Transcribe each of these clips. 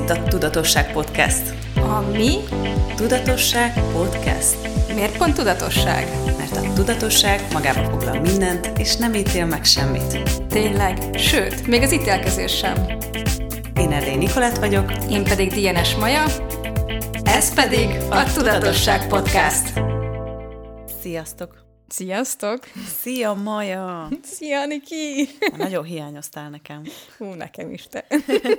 itt a Tudatosság Podcast. A mi? Tudatosság Podcast. Miért pont tudatosság? Mert a tudatosság magába foglal mindent, és nem ítél meg semmit. Tényleg, sőt, még az ítélkezés sem. Én Erdély Nikolett vagyok. Én pedig Dienes Maja. Ez pedig a Tudatosság Podcast. Sziasztok! Sziasztok! Szia, Maja! Szia, Niki! Nagyon hiányoztál nekem. Hú, nekem is te.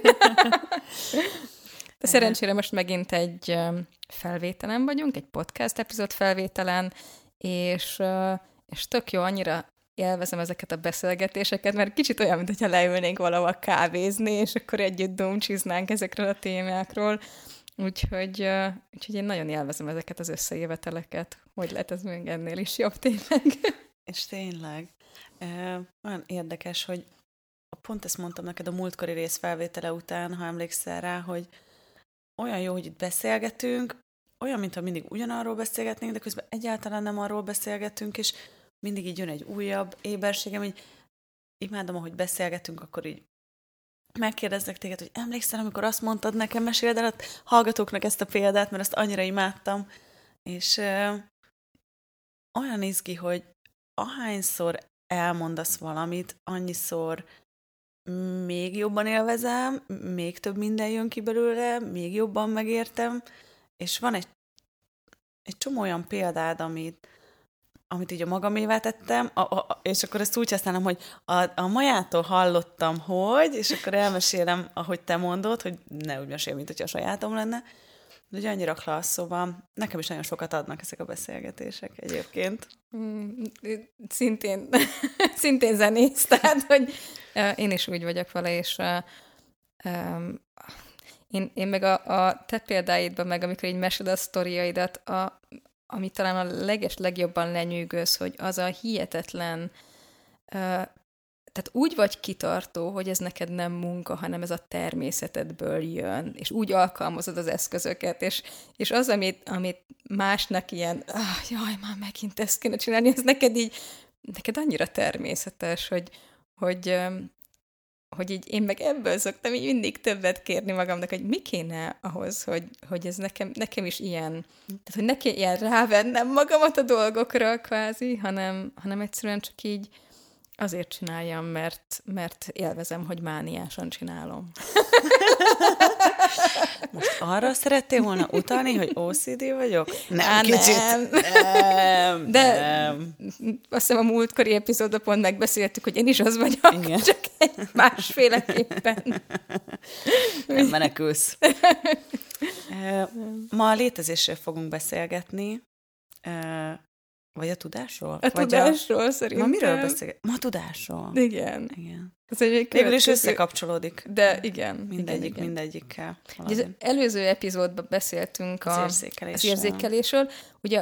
De szerencsére most megint egy felvételen vagyunk, egy podcast epizód felvételen, és tök jó, annyira élvezem ezeket a beszélgetéseket, mert kicsit olyan, mintha leülnénk valahol kávézni, és akkor együtt domcsiznánk ezekről a témákról. Úgyhogy én nagyon élvezem ezeket az összejöveteleket. Hogy lehet ez még ennél is jobb tényleg? És tényleg. Olyan érdekes, hogy pont ezt mondtam neked a múltkori rész felvétele után, ha emlékszel rá, hogy olyan jó, hogy itt beszélgetünk, olyan, mintha mindig ugyanarról beszélgetnénk, de közben egyáltalán nem arról beszélgetünk, és mindig így jön egy újabb éberségem, így imádom, ahogy beszélgetünk, akkor így megkérdeznek téged, hogy emlékszel, amikor azt mondtad nekem, meséld el a hallgatóknak ezt a példát, mert azt annyira imádtam, és olyan izgi, hogy ahányszor elmondasz valamit, annyiszor még jobban élvezem, még több minden jön ki belőle, még jobban megértem, és van egy csomó olyan példád, amit így a magamévá tettem, és akkor ezt úgy használom, hogy a Majától hallottam, hogy, és akkor elmesélem, ahogy te mondod, hogy ne úgy mesél, mint hogyha a sajátom lenne, de ugye annyira klassz, szóval nekem is nagyon sokat adnak ezek a beszélgetések egyébként. Szintén zenész, tehát, hogy én is úgy vagyok vele, és én meg a te példáidban, meg amikor így meséled a sztoriaidat, ami talán a legjobban lenyűgöz, hogy az a hihetetlen, tehát úgy vagy kitartó, hogy ez neked nem munka, hanem ez a természetedből jön, és úgy alkalmazod az eszközöket, és az, amit másnak ilyen, jaj, már megint ezt kéne csinálni, ez neked annyira természetes, hogy így én meg ebből szoktam így mindig többet kérni magamnak, hogy mi kéne ahhoz, hogy ez nekem is ilyen, tehát hogy ne ilyen rávennem magamat a dolgokra kvázi, hanem egyszerűen csak így azért csináljam, mert élvezem, hogy mániásan csinálom. Most arra szerettél volna utalni, hogy OCD vagyok? Nem, kicsit. Nem. De azt hiszem a múltkori epizódban pont megbeszéltük, hogy én is az vagyok, igen. Csak másféleképpen. Nem menekülsz. Ma a létezésről fogunk beszélgetni, vagy a tudásról? Tudásról szerintem. Ma miről beszélgetünk? Ma a tudásról. Igen. Ez végül is összekapcsolódik. De igen. Mindegyikkel. Az előző epizódban beszéltünk az érzékelésről. Ugye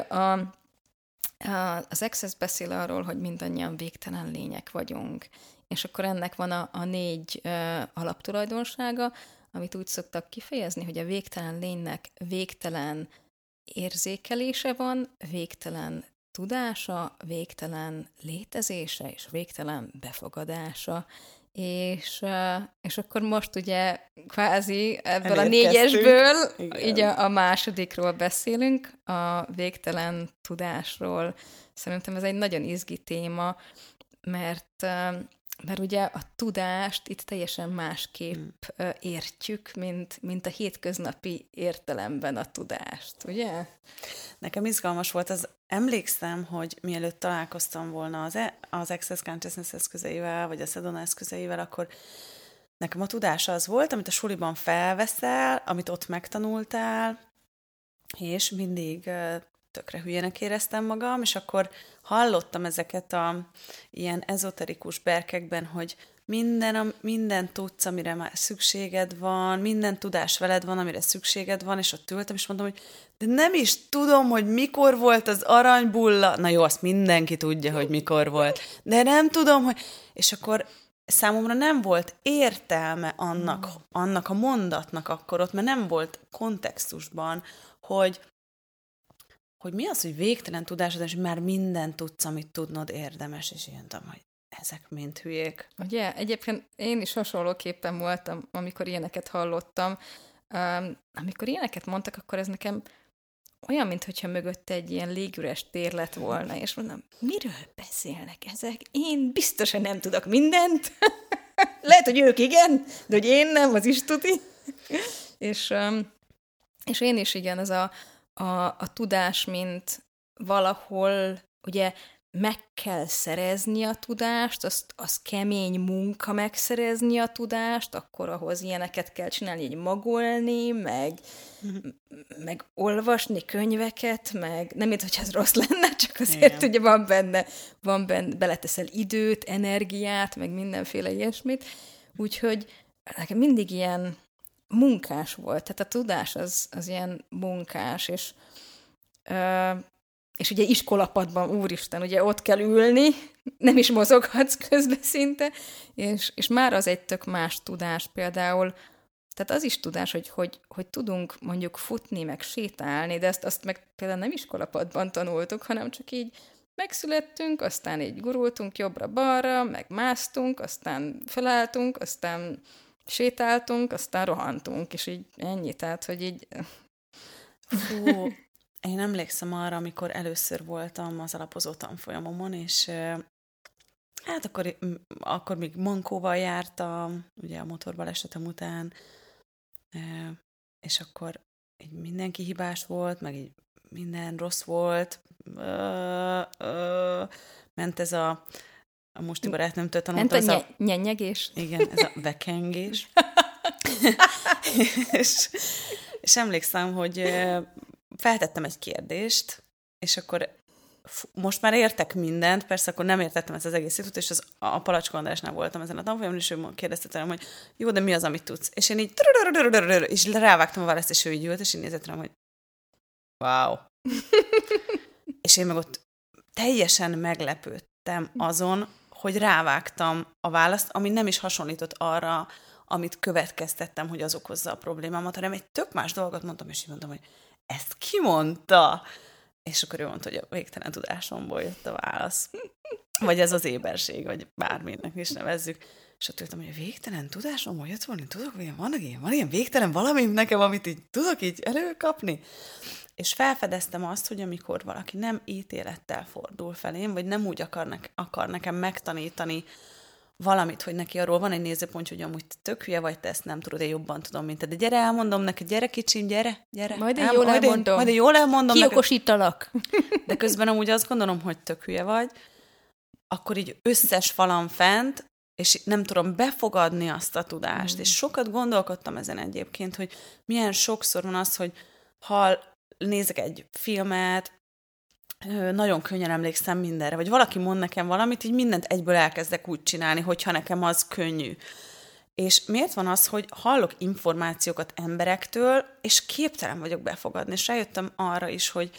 az Access beszél arról, hogy mindannyian végtelen lények vagyunk. És akkor ennek van a 4 alaptulajdonsága, amit úgy szoktak kifejezni, hogy a végtelen lénynek végtelen érzékelése van, végtelen tudása, végtelen létezése és végtelen befogadása. És akkor most ugye kvázi ebből a 4-esből így a másodikról beszélünk, a végtelen tudásról. Szerintem ez egy nagyon izgi téma, mert ugye a tudást itt teljesen másképp értjük, mint a hétköznapi értelemben a tudást, ugye? Nekem izgalmas volt, emlékszem, hogy mielőtt találkoztam volna az Access Consciousness eszközeivel, vagy a Sedona eszközeivel, akkor nekem a tudás az volt, amit a suliban felveszel, amit ott megtanultál, és mindig tökre hülyének éreztem magam, és akkor hallottam ezeket a ilyen ezoterikus berkekben, hogy minden tudsz, amire már szükséged van, minden tudás veled van, amire szükséged van, és ott ültem, és mondom, hogy de nem is tudom, hogy mikor volt az aranybulla. Na jó, azt mindenki tudja, hogy mikor volt. De nem tudom, hogy... És akkor számomra nem volt értelme annak a mondatnak akkor ott, mert nem volt kontextusban, hogy mi az, hogy végtelen tudásod, és már mindent tudsz, amit tudnod érdemes, és ilyen tudom, hogy ezek mind hülyék. Ugye, egyébként én is hasonlóképpen voltam, amikor ilyeneket hallottam, amikor ilyeneket mondtak, akkor ez nekem olyan, mintha mögötte egy ilyen légüres tér lett volna, és mondom, miről beszélnek ezek? Én biztosan nem tudok mindent. Lehet, hogy ők igen, de hogy én nem, az is tuti. És én is igen, ez a tudás, mint valahol, ugye meg kell szerezni a tudást, az kemény munka megszerezni a tudást, akkor ahhoz ilyeneket kell csinálni, így magolni, meg olvasni könyveket, meg nem mint, hogy ez rossz lenne, csak azért ugye van benne, beleteszel időt, energiát, meg mindenféle ilyesmit, úgyhogy nekem mindig ilyen munkás volt, tehát a tudás az ilyen munkás, és ugye iskolapadban, úristen, ugye ott kell ülni, nem is mozoghatsz közben szinte, és már az egy tök más tudás például, tehát az is tudás, hogy tudunk mondjuk futni, meg sétálni, de azt meg például nem iskolapadban tanultuk, hanem csak így megszülettünk, aztán így gurultunk jobbra-balra, meg másztunk, aztán felálltunk, aztán sétáltunk, aztán rohantunk, és így ennyi, tehát, hogy így... Fú, én emlékszem arra, amikor először voltam az alapozó tanfolyamomon, és hát akkor még mankóval jártam, ugye a motorbalesetem után, és akkor így mindenki hibás volt, meg így minden rossz volt, ment ez a mosti barátnőmtől tanultam. Ment a nyennyegés? Igen, ez a vekengés. és emlékszem, hogy feltettem egy kérdést, és akkor most már értek mindent, persze akkor nem értettem ezt az egész időt, és a Palacska Andrásnál voltam ezen a tanfolyamon, és ő kérdezte tőlem, hogy jó, de mi az, amit tudsz? És én így és rávágtam a választ, és ő így ült, és én nézett rám, hogy wow. És én meg ott teljesen meglepődtem azon, hogy rávágtam a választ, ami nem is hasonlított arra, amit következtettem, hogy az okozza a problémámat, hanem egy tök más dolgot mondtam, és így mondtam, hogy ezt ki mondta? És akkor ő mondta, hogy a végtelen tudásomból jött a válasz. Vagy ez az éberség, vagy bárminek is nevezzük. És ott ültem, hogy a végtelen tudásomból jött volna, tudok, hogy van ilyen végtelen valami nekem, amit így tudok így előkapni. És felfedeztem azt, hogy amikor valaki nem ítélettel fordul felém, vagy nem úgy akar nekem megtanítani valamit, hogy neki arról van egy nézőpontja, hogy amúgy tök hülye vagy, te ezt nem tudod, én jobban tudom, mint te. De gyere, elmondom neked, gyere kicsim, gyere. Majd én jól elmondom. Kiokosítalak. De közben amúgy azt gondolom, hogy tök hülye vagy, akkor így összes falam fent, és nem tudom befogadni azt a tudást. És sokat gondolkodtam ezen egyébként, hogy milyen sokszor van az, hogy ha nézek egy filmet, nagyon könnyen emlékszem mindenre, vagy valaki mond nekem valamit, így mindent egyből elkezdek úgy csinálni, hogyha nekem az könnyű. És miért van az, hogy hallok információkat emberektől, és képtelen vagyok befogadni, és rájöttem arra is, hogy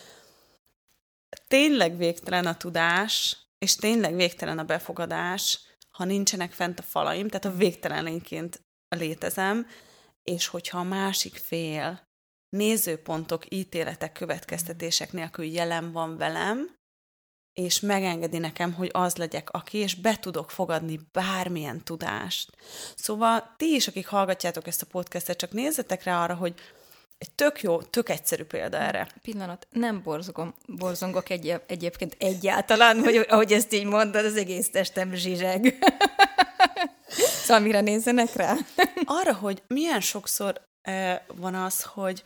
tényleg végtelen a tudás, és tényleg végtelen a befogadás, ha nincsenek fent a falaim, tehát a végtelenként létezem, és hogyha a másik fél nézőpontok, ítéletek, következtetések nélkül jelen van velem, és megengedi nekem, hogy az legyek aki, és be tudok fogadni bármilyen tudást. Szóval ti is, akik hallgatjátok ezt a podcastet, csak nézzetek rá arra, hogy egy tök jó, tök egyszerű példa erre. Pillanat, nem borzongok egyébként egyáltalán, hogy ahogy ezt így mondod, az egész testem zsizseg. Szóval mire nézzenek rá? Arra, hogy milyen sokszor van az, hogy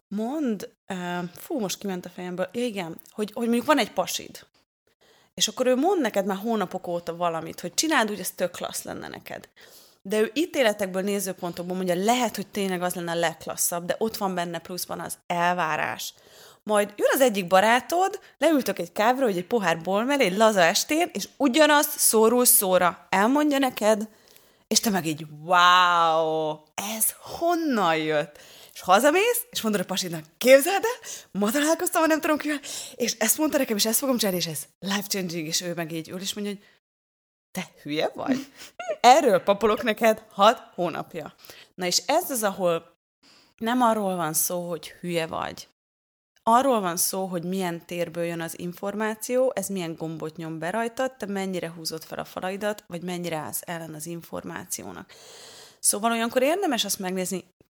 most kiment a fejemből, igen, hogy mondjuk van egy pasid, és akkor ő mond neked már hónapok óta valamit, hogy csináld úgy, ez tök klassz lenne neked. De ő ítéletekből, nézőpontokból mondja, lehet, hogy tényleg az lenne a legklasszabb, de ott van benne pluszban az elvárás. Majd jön az egyik barátod, leültök egy kávéra, vagy egy pohár bor mellé, egy laza estén, és ugyanazt szóról szóra elmondja neked, és te meg így, wow, ez honnan jött? És hazamész, és mondod a pasidnak, képzeld el, ma találkoztam, nem tudom kivel, és ezt mondta nekem, és ezt fogom csinálni, és ez life-changing, és ő meg így ül, és mondja, hogy te hülye vagy? Erről papolok neked 6 hónapja. Na és ez az, ahol nem arról van szó, hogy hülye vagy. Arról van szó, hogy milyen térből jön az információ, ez milyen gombot nyom be rajtad, te mennyire húzod fel a falaidat, vagy mennyire állsz ellen az információnak. Szóval olyankor érdemes azt megnézni,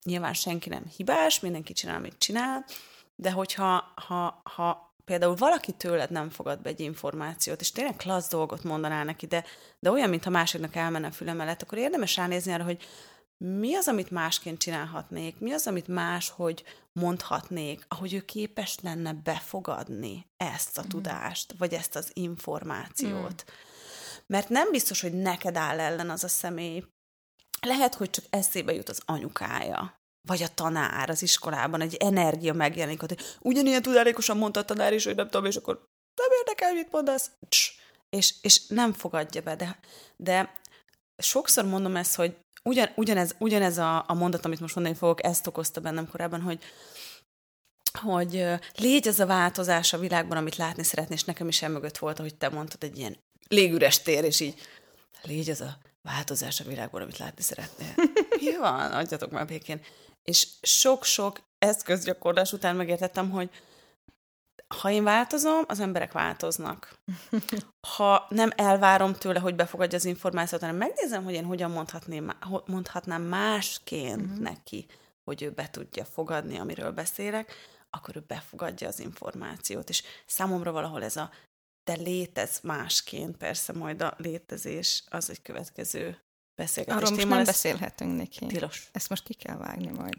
nyilván senki nem hibás, mindenki csinál, amit csinál, de hogyha ha például valaki tőled nem fogad be egy információt, és tényleg klassz dolgot mondanál neki, de olyan, mintha másiknak elmenne a fülem mellett, akkor érdemes ránézni arra, hogy mi az, amit másként csinálhatnék, mi az, amit máshogy mondhatnék, ahogy ő képes lenne befogadni ezt a tudást, vagy ezt az információt. Mert nem biztos, hogy neked áll ellen az a személy. Lehet, hogy csak eszébe jut az anyukája, vagy a tanár az iskolában, egy energia megjelenik, hogy ugyanilyen tudálékosan mondta a tanár is, hogy nem tudom, és akkor nem érdekel, mit mondasz, és nem fogadja be. De sokszor mondom ezt, hogy ugyanez a mondat, amit most mondani fogok, ezt okozta bennem korábban, hogy légy az a változás a világban, amit látni szeretné, és nekem is emögött volt, ahogy te mondtad, egy ilyen légüres tér, és így légy az a változás a világban, amit látni szeretnél. Mi van? Adjatok már békén. És sok-sok eszközgyakorlás után megértettem, hogy ha én változom, az emberek változnak. Ha nem elvárom tőle, hogy befogadja az információt, hanem megnézem, hogy én hogyan mondhatnám másként neki, hogy ő be tudja fogadni, amiről beszélek, akkor ő befogadja az információt. És számomra valahol ez a de létez másként, persze majd a létezés az egy következő beszélgetés. Arról most nem beszélhetünk neki. Tilos. Ezt most ki kell vágni majd.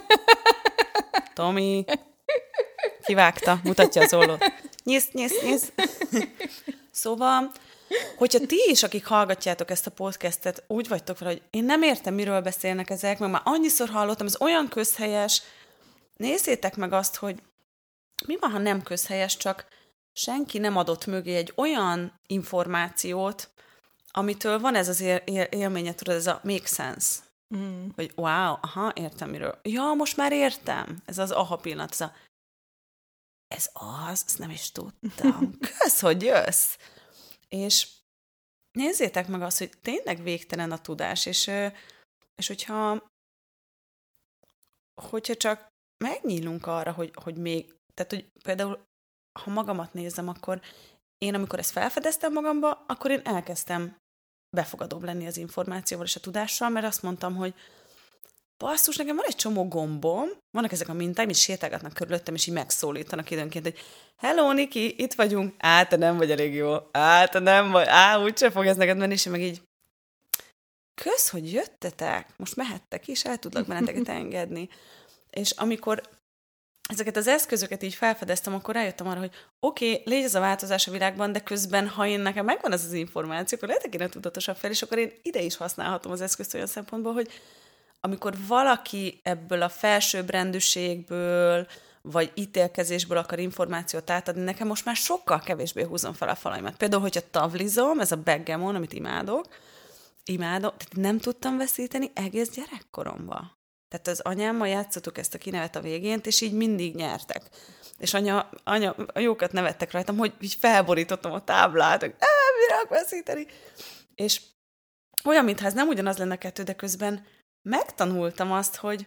Tomi, kivágta, mutatja az ollót. Nyisz. Szóval, hogyha ti is, akik hallgatjátok ezt a podcastet, úgy vagytok vele, hogy én nem értem, miről beszélnek ezek, meg már annyiszor hallottam, ez olyan közhelyes, nézzétek meg azt, hogy mi van, ha nem közhelyes, csak senki nem adott mögé egy olyan információt, amitől van ez az élménye, tudod, ez a make sense. Hogy wow, aha, értem miről. Ja, most már értem. Ez az aha pillanat. Ez az, ezt nem is tudtam. Kösz, hogy jössz. És nézzétek meg azt, hogy tényleg végtelen a tudás, és hogyha csak megnyílunk arra, hogy még, tehát, hogy például ha magamat nézem, akkor én, amikor ezt felfedeztem magamba, akkor én elkezdtem befogadóbb lenni az információval és a tudással, mert azt mondtam, hogy basszus, nekem van egy csomó gombom, vannak ezek a minták, mint sétálgatnak körülöttem, és így megszólítanak időnként, hogy hello, Niki, itt vagyunk, te nem vagy elég jó, te nem vagy, úgyse fog ez neked menni, és meg így kösz, hogy jöttetek, most mehettek is, el tudlak benneteket engedni. És amikor ezeket az eszközöket így felfedeztem, akkor rájöttem arra, hogy oké, légy ez a változás a világban, de közben, ha én nekem megvan ez az információ, akkor lehet, hogy én tudatosabb fel, és akkor én ide is használhatom az eszközt olyan szempontból, hogy amikor valaki ebből a felsőbbrendűségből, vagy ítélkezésből akar információt átadni, nekem most már sokkal kevésbé húzom fel a falaimat. Például, hogyha tavlizom, ez a backgammon, amit imádom, tehát nem tudtam veszíteni egész gyerekkoromban. Tehát az anyámmal játszottuk ezt a kinevet a végén, és így mindig nyertek. És anya jókat nevettek rajtam, hogy így felborítottam a táblát, hogy mire veszíteni. És olyan, mintha ez nem ugyanaz lenne kettő, de közben megtanultam azt, hogy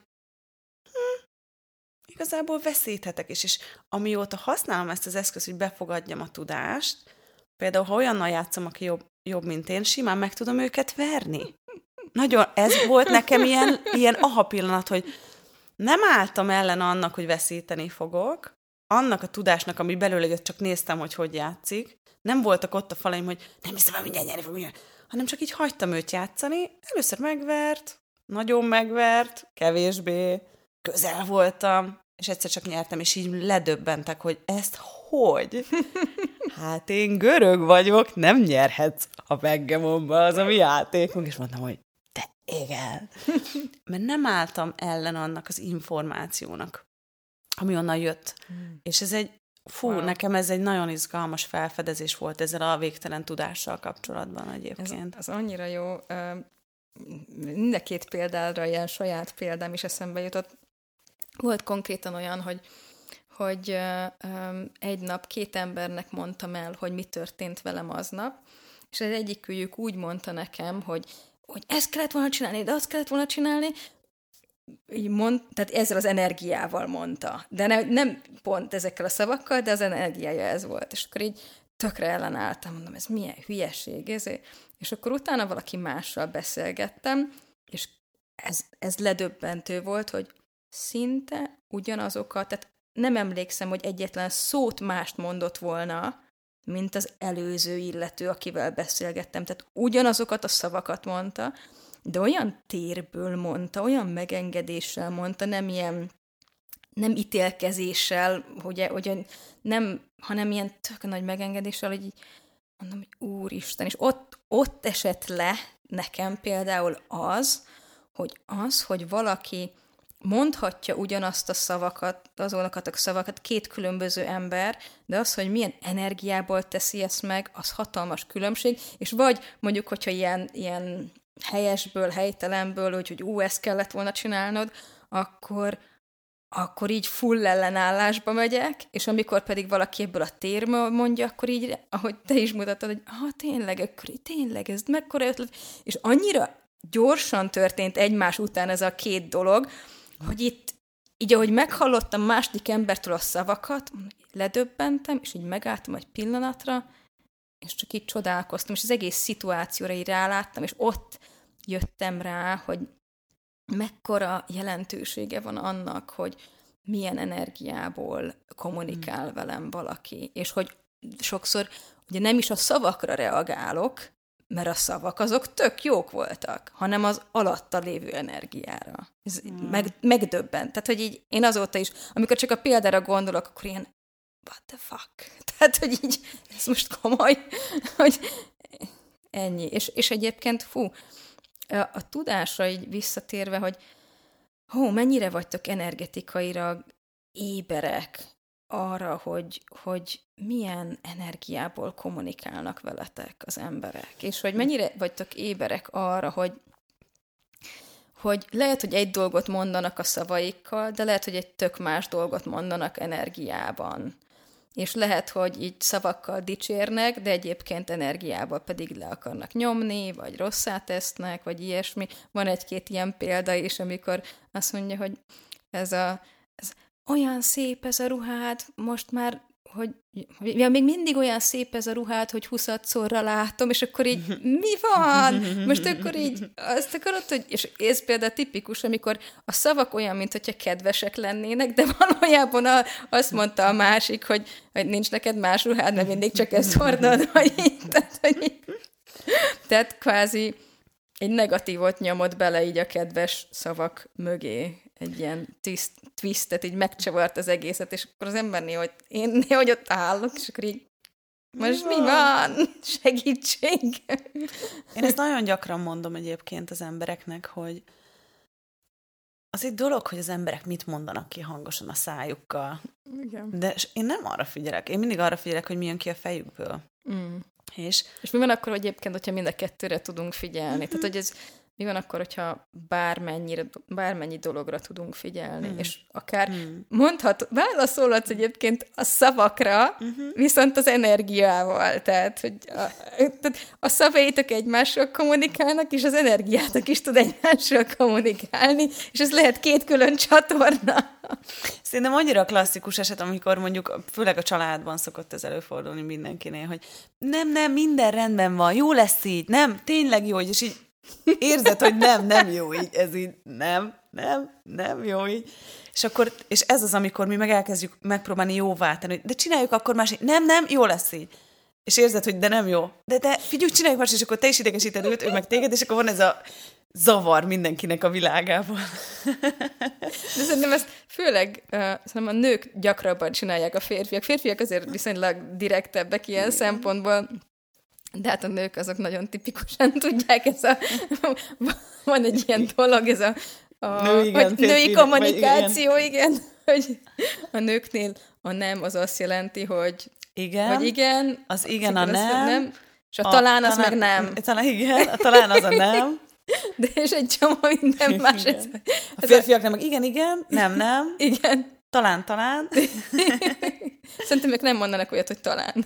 igazából veszíthetek is. És amióta használom ezt az eszközt, hogy befogadjam a tudást, például, ha olyannal játszom, aki jobb, mint én, simán meg tudom őket verni. Nagyon, ez volt nekem ilyen aha pillanat, hogy nem álltam ellen annak, hogy veszíteni fogok, annak a tudásnak, ami belőle jött, csak néztem, hogy játszik. Nem voltak ott a falaim, hogy nem hiszem, hogy mindjárt nyerni fog, hanem csak így hagytam őt játszani. Először megvert, nagyon megvert, kevésbé, közel voltam, és egyszer csak nyertem, és így ledöbbentek, hogy ezt hogy? Hát én görög vagyok, nem nyerhetsz a backgammonba, az a mi játékunk. És mondtam, hogy de igen. Mert nem álltam ellen annak az információnak, ami onnan jött. És ez nekem ez egy nagyon izgalmas felfedezés volt ezzel a végtelen tudással kapcsolatban egyébként. Ez annyira jó. Mind a két példára ilyen saját példám is eszembe jutott. Volt konkrétan olyan, hogy egy nap 2 embernek mondtam el, hogy mi történt velem aznap, és az egyikük úgy mondta nekem, hogy ezt kellett volna csinálni, de azt kellett volna csinálni, tehát ezzel az energiával mondta. De nem pont ezekkel a szavakkal, de az energiája ez volt. És akkor így tökre ellenálltam, mondom, ez milyen hülyeség, és akkor utána valaki mással beszélgettem, és ez ledöbbentő volt, hogy szinte ugyanazokat, tehát nem emlékszem, hogy egyetlen szót mást mondott volna, mint az előző illető, akivel beszélgettem. Tehát ugyanazokat a szavakat mondta, de olyan térből mondta, olyan megengedéssel mondta, nem ítélkezéssel, hogy nem, hanem ilyen tök nagy megengedéssel, hogy így mondom, hogy úristen, és ott esett le nekem például hogy valaki mondhatja ugyanazt a szavakat, azokat a szavakat, két különböző ember, de az, hogy milyen energiából teszi ezt meg, az hatalmas különbség, és vagy mondjuk, hogyha ilyen helyesből, helytelenből, hogy ezt kellett volna csinálnod, akkor így full ellenállásba megyek, és amikor pedig valaki ebből a térből mondja, akkor így, ahogy te is mutattad, hogy tényleg, ez mekkora ötlet, és annyira gyorsan történt egymás után ez a két dolog, hogy itt, így ahogy meghallottam második embertől a szavakat, ledöbbentem, és így megálltam egy pillanatra, és csak így csodálkoztam, és az egész szituációra így ráláttam, és ott jöttem rá, hogy mekkora jelentősége van annak, hogy milyen energiából kommunikál velem valaki, és hogy sokszor ugye nem is a szavakra reagálok, mert a szavak azok tök jók voltak, hanem az alatta lévő energiára. Ez megdöbbent. Tehát, hogy így én azóta is, amikor csak a példára gondolok, akkor ilyen what the fuck? Tehát, hogy így, ez most komoly, hogy ennyi. És egyébként, a tudásra így visszatérve, hogy mennyire vagytok energetikailag éberek arra, hogy milyen energiából kommunikálnak veletek az emberek, és hogy mennyire vagytok éberek arra, hogy lehet, hogy egy dolgot mondanak a szavaikkal, de lehet, hogy egy tök más dolgot mondanak energiában. És lehet, hogy így szavakkal dicsérnek, de egyébként energiával pedig le akarnak nyomni, vagy rosszát tesznek, vagy ilyesmi. Van egy-két ilyen példa is, amikor azt mondja, hogy ez olyan szép ez a ruhád, most már, hogy még mindig olyan szép ez a ruhád, hogy 20-szorra látom, és akkor így, mi van? Most akkor így azt akarod, hogy, és ez például tipikus, amikor a szavak olyan, mint hogyha kedvesek lennének, de valójában azt mondta a másik, hogy nincs neked más ruhád, mert mindig csak ezt hordod, vagy így, tehát kvázi egy negatívot nyomott bele így a kedves szavak mögé, egy ilyen twistet, így megcsavart az egészet, és akkor az ember hogy ott állok, és akkor így, most mi van? Segítség! Én ezt nagyon gyakran mondom egyébként az embereknek, hogy az egy dolog, hogy az emberek mit mondanak ki hangosan a szájukkal. Igen. De én nem arra figyelek. Én mindig arra figyelek, hogy mi jön ki a fejükből. És mi van akkor egyébként, hogyha mind a kettőre tudunk figyelni? Tehát, hogy ez mi van akkor, hogyha bármennyi dologra tudunk figyelni, és akár válaszolhatsz egyébként a szavakra, viszont az energiával. Tehát, hogy a szavaitok egymással kommunikálnak, és az energiátok is tud egymással kommunikálni, és ez lehet két külön csatorna. Szerintem annyira klasszikus eset, amikor mondjuk, főleg a családban szokott ez előfordulni mindenkinél, hogy nem, minden rendben van, jó lesz így, nem, tényleg jó, és így érzed, hogy nem jó így, ez így, nem jó így. És ez az, amikor mi meg elkezdjük megpróbálni jóvá tenni, de csináljuk akkor más, nem, jó lesz így. És érzed, hogy de nem jó. De figyelj, csináljuk más, és akkor te is idegesíted őt, ő meg téged, és akkor van ez a zavar mindenkinek a világában. De szerintem ezt főleg szerintem a nők gyakrabban csinálják a férfiak. Férfiak azért viszonylag direktebbek ilyen szempontból, de hát a nők azok nagyon tipikusan tudják, van egy ilyen dolog, ez női kommunikáció, igen, hogy a nőknél a nem az azt jelenti, hogy igen, az igen a nem, és a talán az meg nem. Talán igen, a talán az a nem. De és egy csomó minden más. A férfiaknak meg igen, nem. Igen. Talán. Szerintem ők nem mondanak olyat, hogy talán.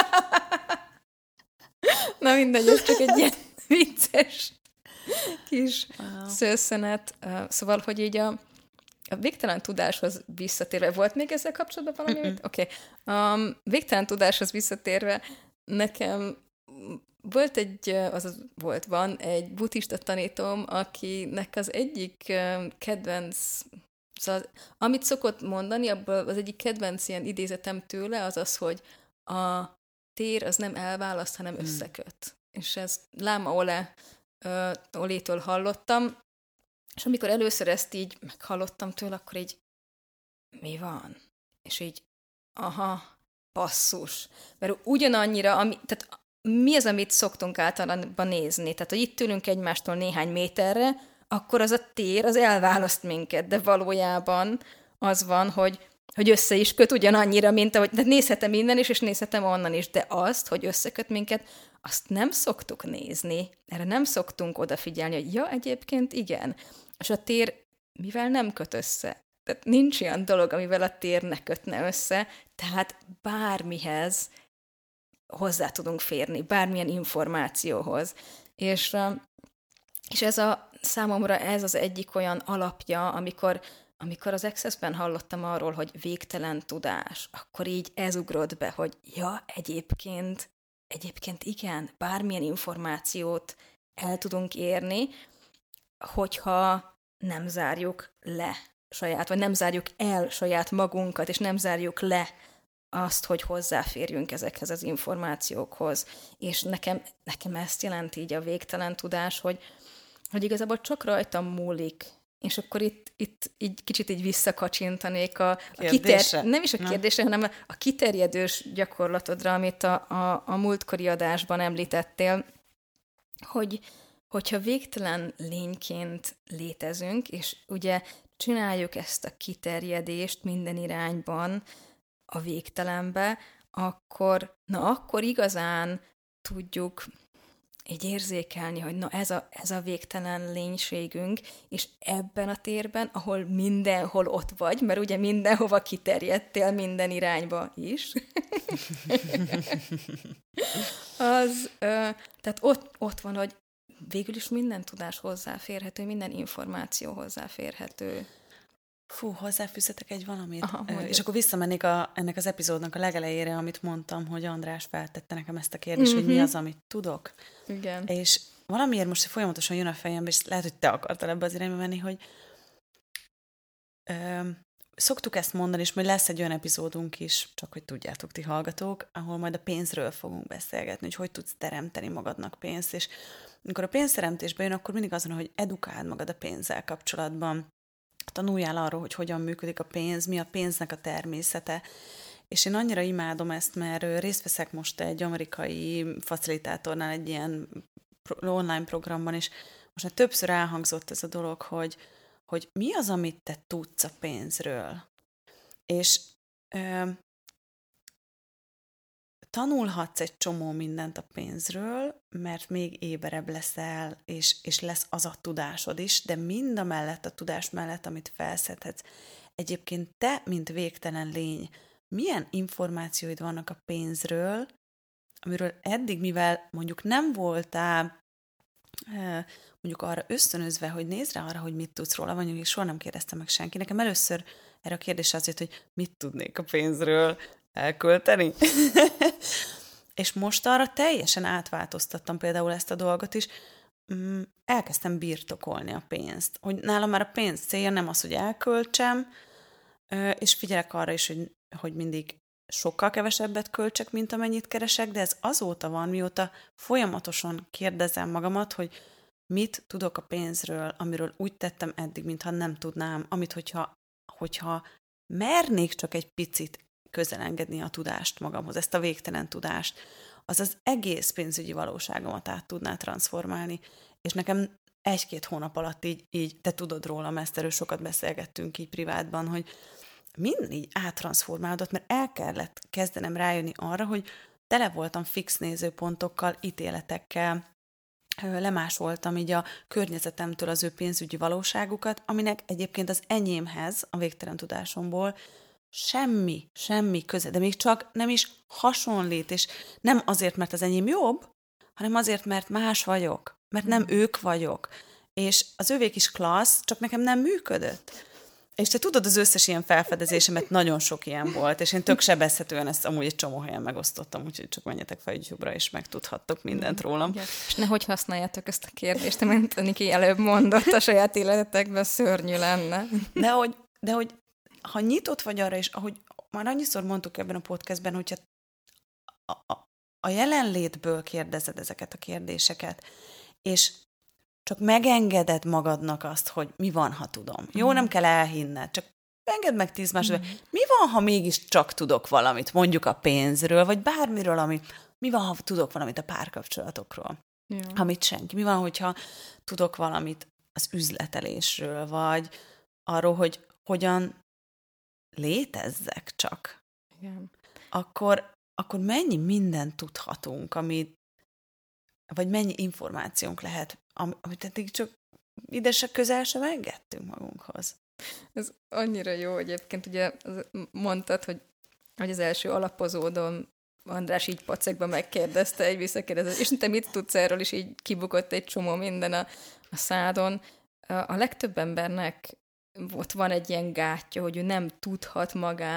Na mindegy, ez csak egy ilyen vicces kis szőszenet. Szóval, hogy így a végtelen tudáshoz visszatérve, volt még ezzel kapcsolatban valami? Oké. Végtelen tudáshoz visszatérve, nekem van egy buddhista tanítom, akinek az egyik kedvenc, szóval, amit szokott mondani, abból az egyik kedvenc ilyen idézetem tőle, az az, hogy a tér az nem elválaszt, hanem összeköt. És ezt Lama Olétól hallottam, és amikor először ezt így meghallottam tőle, akkor így mi van? És így basszus. Mert ugyanannyira, tehát mi az, amit szoktunk általában nézni? Tehát, hogy itt ülünk egymástól néhány méterre, akkor az a tér, az elválaszt minket, de valójában az van, hogy össze is köt ugyanannyira, mint ahogy, de nézhetem innen is, és nézhetem onnan is, de azt, hogy összeköt minket, azt nem szoktuk nézni, erre nem szoktunk odafigyelni, hogy ja, egyébként igen. És a tér mivel nem köt össze? Tehát nincs olyan dolog, amivel a tér ne kötne össze, tehát bármihez hozzá tudunk férni, bármilyen információhoz. És számomra ez az egyik olyan alapja, amikor az Access-ben hallottam arról, hogy végtelen tudás, akkor így ez ugrott be, hogy ja, egyébként igen, bármilyen információt el tudunk érni, hogyha nem zárjuk le vagy nem zárjuk el saját magunkat, és nem zárjuk le azt, hogy hozzáférjünk ezekhez az információkhoz. És nekem ezt jelenti így a végtelen tudás, hogy igazából csak rajtam múlik. És akkor itt így kicsit így visszakacsintanék nem is a kérdésre, hanem a kiterjedős gyakorlatodra, amit a múltkori adásban említettél, hogyha végtelen lényként létezünk, és ugye csináljuk ezt a kiterjedést minden irányban a végtelenbe, akkor igazán tudjuk így érzékelni, hogy na ez a végtelen lénységünk, és ebben a térben, ahol mindenhol ott vagy, mert ugye mindenhova kiterjedtél minden irányba is, tehát ott van, hogy végül is minden tudás hozzáférhető, minden információ hozzáférhető. Hozzáfűzhetek egy valamit? És akkor visszamennék ennek az epizódnak a legelejére, amit mondtam, hogy András feltette nekem ezt a kérdést, hogy mi az, amit tudok. Igen. És valamiért most folyamatosan jön a fejembe, és lehet, hogy te akartál ebbe az irányba menni, hogy szoktuk ezt mondani, és majd lesz egy olyan epizódunk is, csak hogy tudjátok ti hallgatók, ahol majd a pénzről fogunk beszélgetni, hogy tudsz teremteni magadnak pénzt, és amikor a pénzteremtésbe jön, akkor mindig azon, hogy edukáld magad a pénzzel kapcsolatban, tanuljál arról, hogy hogyan működik a pénz, mi a pénznek a természete. És én annyira imádom ezt, mert részt veszek most egy amerikai facilitátornál egy ilyen online programban, és most már többször elhangzott ez a dolog, hogy mi az, amit te tudsz a pénzről. És tanulhatsz egy csomó mindent a pénzről, mert még éberebb leszel, és lesz az a tudásod is, de mind a mellett, a tudás mellett, amit felszedhetsz. Egyébként te, mint végtelen lény, milyen információid vannak a pénzről, amiről eddig, mivel mondjuk nem voltál mondjuk arra ösztönözve, hogy nézd rá arra, hogy mit tudsz róla, vagy mondjuk soha nem kérdeztem meg senki. Nekem először erre a kérdésre az jött, hogy mit tudnék a pénzről elkölteni. És most arra teljesen átváltoztattam például ezt a dolgot is, elkezdtem birtokolni a pénzt. Hogy nálam már a pénz célja nem az, hogy elköltsem, és figyelek arra is, hogy mindig sokkal kevesebbet költsek, mint amennyit keresek, de ez azóta van, mióta folyamatosan kérdezem magamat, hogy mit tudok a pénzről, amiről úgy tettem eddig, mintha nem tudnám, amit hogyha mernék csak egy picit közelengedni a tudást magamhoz, ezt a végtelen tudást, az egész pénzügyi valóságomat át tudná transformálni. És nekem 1-2 hónap alatt így te tudod rólam, ezt erről sokat beszélgettünk így privátban, hogy minden így áttranszformálódott, mert el kellett kezdenem rájönni arra, hogy tele voltam fix nézőpontokkal, ítéletekkel, lemásoltam így a környezetemtől az ő pénzügyi valóságukat, aminek egyébként az enyémhez, a végtelen tudásomból semmi köze, de még csak nem is hasonlít, és nem azért, mert az enyém jobb, hanem azért, mert más vagyok, mert nem ők vagyok, és az övék is klassz, csak nekem nem működött. És te tudod, az összes ilyen felfedezésemet, nagyon sok ilyen volt, és én tök sebezhetően ezt amúgy egy csomó helyen megosztottam, úgyhogy csak menjetek fel YouTube-ra, és megtudhattok mindent rólam. Igen. És nehogy használjátok ezt a kérdést, amit Niki előbb mondott a saját életetekben, szörnyű lenne. De hogy ha nyitott vagy arra, és ahogy már annyiszor mondtuk ebben a podcastben, hogyha a jelenlétből kérdezed ezeket a kérdéseket, és csak megengeded magadnak azt, hogy mi van, ha tudom. Jó, nem kell elhinned, csak engedd meg 10 másodperc. Mi van, ha mégis csak tudok valamit, mondjuk a pénzről, vagy bármiről, mi van, ha tudok valamit a párkapcsolatokról, amit senki. Mi van, hogyha tudok valamit az üzletelésről, vagy arról, hogy hogyan létezzek csak. Igen. Akkor mennyi mindent tudhatunk, vagy mennyi információnk lehet, amit eddig csak ide se közel sem engedtünk magunkhoz. Ez annyira jó, hogy egyébként ugye mondtad, hogy az első alapozódon András így pacekban megkérdezte, egy visszakérdezett, és te mit tudsz erről, és így kibukott egy csomó minden a szádon. A legtöbb embernek ott van egy ilyen gátja, hogy ő nem tudhat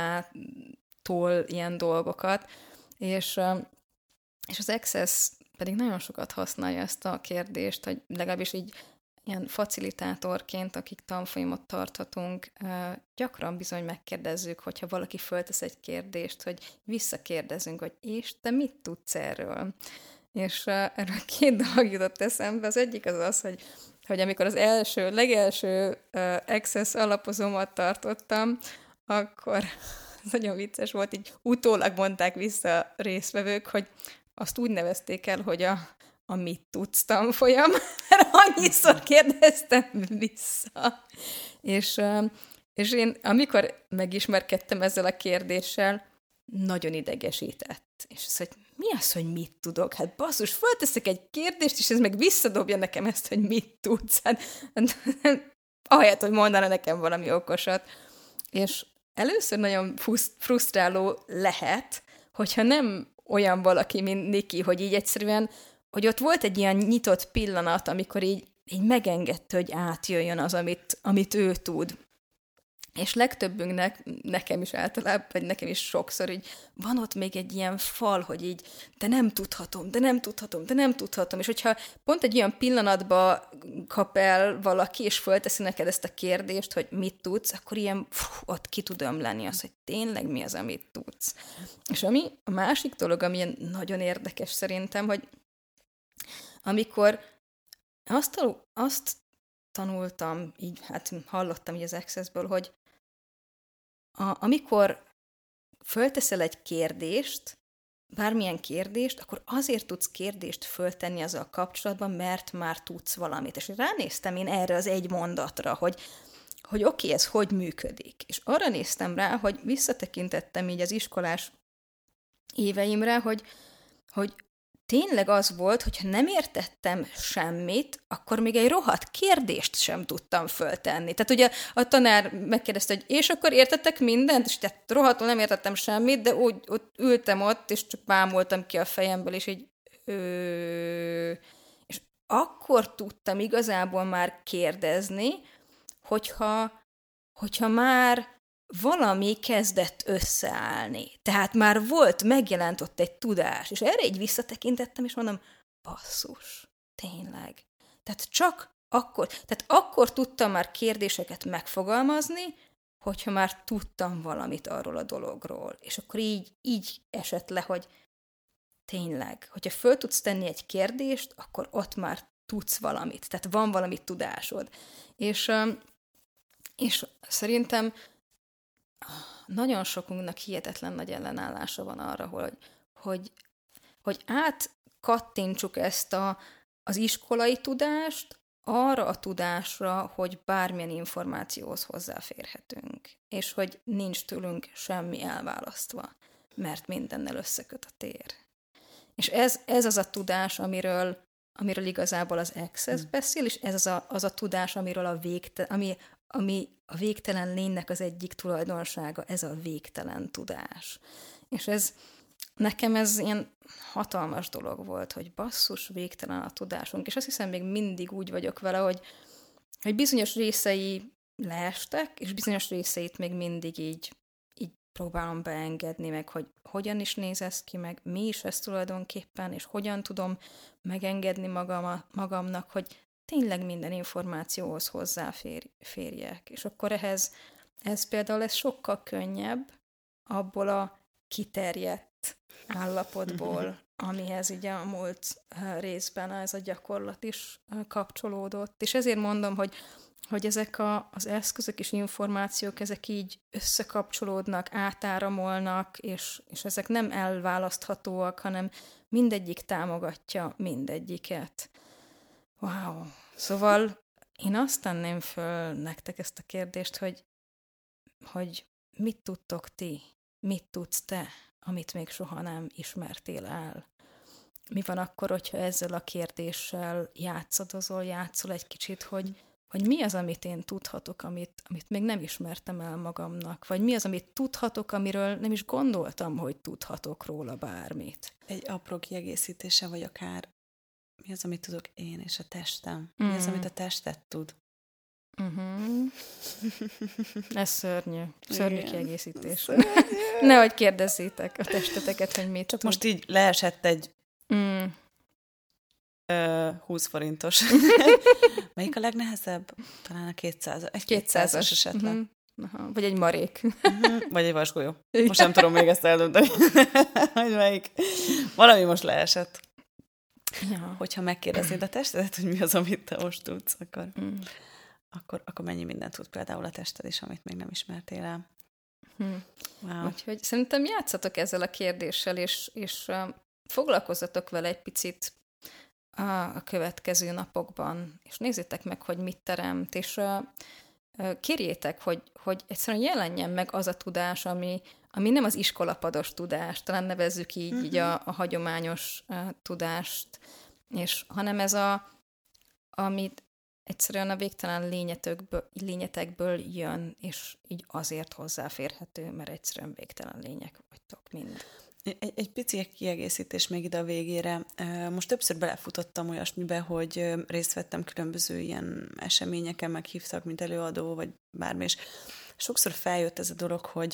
magától ilyen dolgokat, és az Access pedig nagyon sokat használja ezt a kérdést, hogy legalábbis így ilyen facilitátorként, akik tanfolyamot tarthatunk, gyakran bizony megkérdezzük, hogyha valaki föltesz egy kérdést, hogy visszakérdezünk, hogy és te mit tudsz erről? És erről 2 dolog jutott eszembe. Az egyik az, hogy amikor az legelső Access alapozómat tartottam, akkor nagyon vicces volt, így utólag mondták vissza a résztvevők, hogy azt úgy nevezték el, hogy a mit tudsz tanfolyam, mert annyiszor kérdeztem vissza. És én, amikor megismerkedtem ezzel a kérdéssel, nagyon idegesített. És az, hogy mi az, hogy mit tudok? Hát basszus, fölteszek egy kérdést, és ez meg visszadobja nekem ezt, hogy mit tudsz. Hát, ahelyett, hogy mondana nekem valami okosat. És először nagyon frusztráló lehet, hogyha nem olyan valaki, mint Niki, hogy így egyszerűen, hogy ott volt egy ilyen nyitott pillanat, amikor így megengedte, hogy átjöjjön az, amit ő tud. És legtöbbünknek, nekem is általában, vagy nekem is sokszor, így van ott még egy ilyen fal, hogy így, de nem tudhatom. És hogyha pont egy olyan pillanatba kap el valaki, és fölteszi neked ezt a kérdést, hogy mit tudsz, akkor ilyen, ott ki tud ömleni az, hogy tényleg mi az, amit tudsz. És a másik dolog, ami ilyen nagyon érdekes szerintem, hogy amikor azt tanultam, így hát hallottam így az Accessből, hogy amikor fölteszel egy kérdést, bármilyen kérdést, akkor azért tudsz kérdést föltenni azzal kapcsolatban, mert már tudsz valamit. És ránéztem én erre az egy mondatra, hogy oké, ez hogy működik. És arra néztem rá, hogy visszatekintettem így az iskolás éveimre, hogy tényleg az volt, hogyha nem értettem semmit, akkor még egy rohadt kérdést sem tudtam föltenni. Tehát ugye a tanár megkérdezte, hogy és akkor értettek mindent? És tehát rohadtul nem értettem semmit, de úgy ott ültem ott, és csak bámultam ki a fejemből, és így és akkor tudtam igazából már kérdezni, hogyha már valami kezdett összeállni. Tehát már megjelent ott egy tudás. És erre így visszatekintettem, és mondom, basszus, tényleg. Tehát akkor tudtam már kérdéseket megfogalmazni, hogyha már tudtam valamit arról a dologról. És akkor így esett le, hogy tényleg, hogyha föl tudsz tenni egy kérdést, akkor ott már tudsz valamit. Tehát van valami tudásod. És szerintem nagyon sokunknak hihetetlen nagy ellenállása van arra, hogy átkattintsuk ezt az iskolai tudást arra a tudásra, hogy bármilyen információhoz hozzáférhetünk, és hogy nincs tőlünk semmi elválasztva, mert mindennel összeköt a tér. És ez az a tudás, amiről igazából az Access beszél, és ez az a tudás, amiről ami a végtelen lénynek az egyik tulajdonsága, ez a végtelen tudás. És nekem ez ilyen hatalmas dolog volt, hogy basszus, végtelen a tudásunk. És azt hiszem, még mindig úgy vagyok vele, hogy bizonyos részei leestek, és bizonyos részeit még mindig így próbálom beengedni, meg hogy hogyan is néz ez ki, meg mi is ez tulajdonképpen, és hogyan tudom megengedni magamnak, hogy tényleg minden információhoz hozzáférjek. És akkor ez például sokkal könnyebb abból a kiterjedt állapotból, amihez ugye a múlt részben ez a gyakorlat is kapcsolódott. És ezért mondom, hogy ezek az eszközök és információk, ezek így összekapcsolódnak, átáramolnak, és ezek nem elválaszthatóak, hanem mindegyik támogatja mindegyiket. Wow! Szóval én azt tenném föl nektek ezt a kérdést, hogy mit tudtok ti? Mit tudsz te, amit még soha nem ismertél el? Mi van akkor, hogyha ezzel a kérdéssel játszol egy kicsit, hogy mi az, amit én tudhatok, amit még nem ismertem el magamnak? Vagy mi az, amit tudhatok, amiről nem is gondoltam, hogy tudhatok róla bármit? Egy apró kiegészítése, vagy akár mi az, amit tudok én és a testem? Mi az, amit a tested tud? Ez szörnyű. Szörnyű kiegészítés. Nehogy kérdezzétek a testeteket, hogy mit tud. Most így leesett egy 20 forintos. Melyik a legnehezebb? Talán a 200. Egy 200-as esetleg. Vagy egy marék. Vagy egy vasgolyó. Most nem tudom még ezt eldönteni, hogy melyik. Valami most leesett. Ja. Hogyha megkérdeznéd a testedet, hogy mi az, amit te most tudsz, akkor mennyi mindent tud például a tested is, amit még nem ismertél el. Wow. Úgyhogy szerintem játszatok ezzel a kérdéssel, és foglalkozzatok vele egy picit a következő napokban, és nézzétek meg, hogy mit teremt, és kérjétek, hogy egyszerűen jelenjen meg az a tudás, ami nem az iskolapados tudás, talán nevezzük így a hagyományos tudást, és hanem ez amit egyszerűen a végtelen lényetekből jön, és így azért hozzáférhető, mert egyszerűen végtelen lények vagytok mind. Egy pici kiegészítés még ide a végére. Most többször belefutottam olyasmibe, hogy részt vettem különböző ilyen eseményeken, meghívtak, mint előadó, vagy bármi, és sokszor feljött ez a dolog, hogy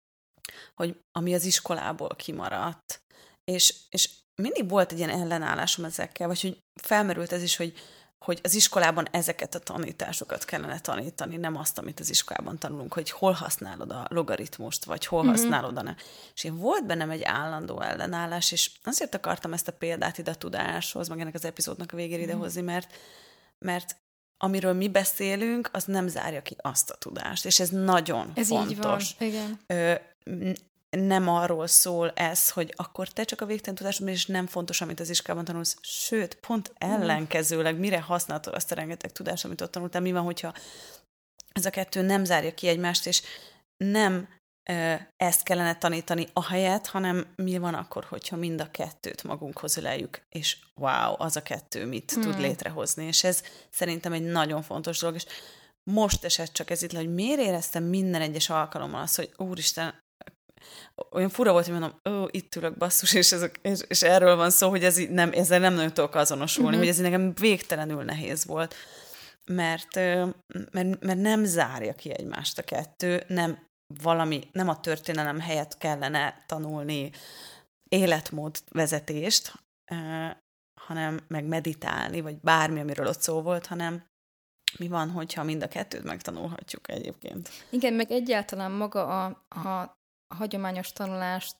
ami az iskolából kimaradt. És mindig volt egy ilyen ellenállásom ezekkel, vagy hogy felmerült ez is, hogy az iskolában ezeket a tanításokat kellene tanítani, nem azt, amit az iskolában tanulunk, hogy hol használod a logaritmust, vagy hol használod a... És én volt bennem egy állandó ellenállás, és azért akartam ezt a példát ide a tudáshoz, meg ennek az epizódnak a végére idehozni, mert amiről mi beszélünk, az nem zárja ki azt a tudást, és ez nagyon fontos. Így van, igen. Nem arról szól ez, hogy akkor te csak a végtelen tudásodban, és nem fontos, amit az iskolában tanulsz. Sőt, pont ellenkezőleg, mire használtad azt a rengeteg tudást, amit ott tanultál, mi van, hogyha ez a kettő nem zárja ki egymást, és nem ezt kellene tanítani ahelyett, hanem mi van akkor, hogyha mind a kettőt magunkhoz öleljük, és wow, az a kettő mit tud létrehozni. És ez szerintem egy nagyon fontos dolog, és most esett csak ez itt le, hogy miért éreztem minden egyes alkalommal azt, hogy úristen, olyan fura volt, hogy mondom, itt ülök basszus, és erről van szó, hogy ezzel nem nagyon tudok azonosulni, hogy ez nekem végtelenül nehéz volt, mert nem zárja ki egymást a kettő, nem a történelem helyett kellene tanulni életmódvezetést, hanem meg meditálni, vagy bármi, amiről ott szó volt, hanem mi van, hogyha mind a kettőt megtanulhatjuk egyébként. Igen, meg egyáltalán maga a hagyományos tanulást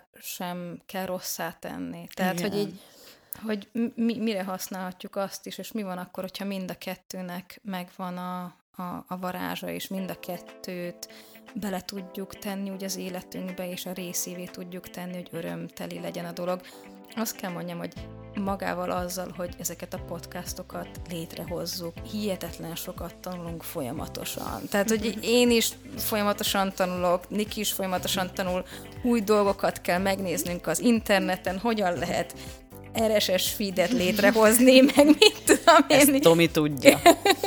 sem kell rosszá tenni. Tehát, hogy mire használhatjuk azt is, és mi van akkor, hogyha mind a kettőnek megvan a varázsa, és mind a kettőt bele tudjuk tenni úgy az életünkbe, és a részévé tudjuk tenni, hogy örömteli legyen a dolog. Azt kell mondjam, hogy magával azzal, hogy ezeket a podcastokat létrehozzuk, hihetetlen sokat tanulunk folyamatosan. Tehát, hogy én is folyamatosan tanulok, Niki is folyamatosan tanul, új dolgokat kell megnéznünk az interneten, hogyan lehet RSS feedet létrehozni, meg mit tudom én. Ezt Tomi tudja.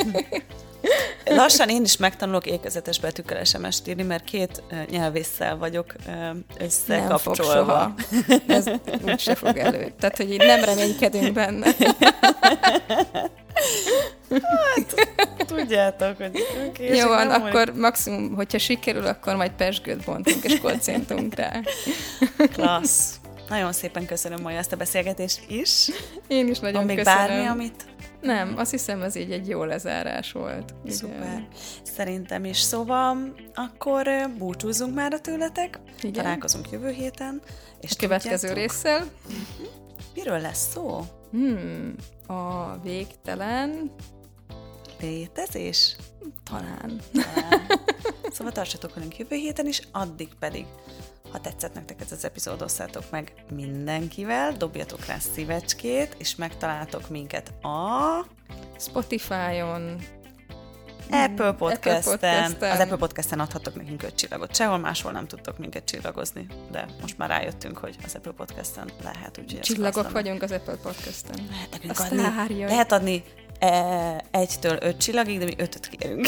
Lassan én is megtanulok ékezetes betűkkel SMS-t írni, mert 2 nyelvésszel vagyok összekapcsolva. Nem fog soha. Ez úgyse fog elő. Tehát, hogy így nem reménykedünk benne. Hát, tudjátok, hogy... Okay, jó van, akkor maximum, hogyha sikerül, akkor majd pezsgőt bontunk, és kocintunk rá. Klassz. Nagyon szépen köszönöm majd ezt a beszélgetést is. Én is nagyon köszönöm. Van még bármi, amit... Nem, azt hiszem, ez így egy jó lezárás volt. Szuper. Igen. Szerintem is. Szóval akkor búcsúzzunk már tőletek. Igen. Találkozunk jövő héten. És a következő résszel. Miről lesz szó? A végtelen... létezés? Talán. Szóval tartsatok velünk jövő héten is, addig pedig, ha tetszett nektek ez az epizód, osszátok meg mindenkivel, dobjatok rá szívecskét, és megtaláltok minket a... Spotify-on, Apple Podcasten. Az Apple Podcasten adhattok nekünk 5 csillagot. Sehol máshol nem tudtok minket csillagozni, de most már rájöttünk, hogy az Apple Podcasten lehet. Csillagok vagyunk az Apple Podcasten. Lehet adni 1-től 5 csillagig, de mi 5-öt kérünk.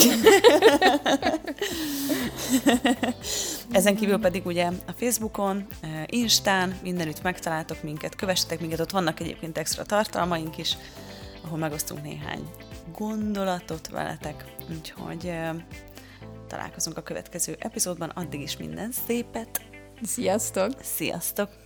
Ezen kívül pedig ugye a Facebookon, Instán, mindenütt megtaláltok minket, kövessetek minket, ott vannak egyébként extra tartalmaink is, ahol megosztunk néhány gondolatot veletek, úgyhogy találkozunk a következő epizódban, addig is minden szépet! Sziasztok! Sziasztok!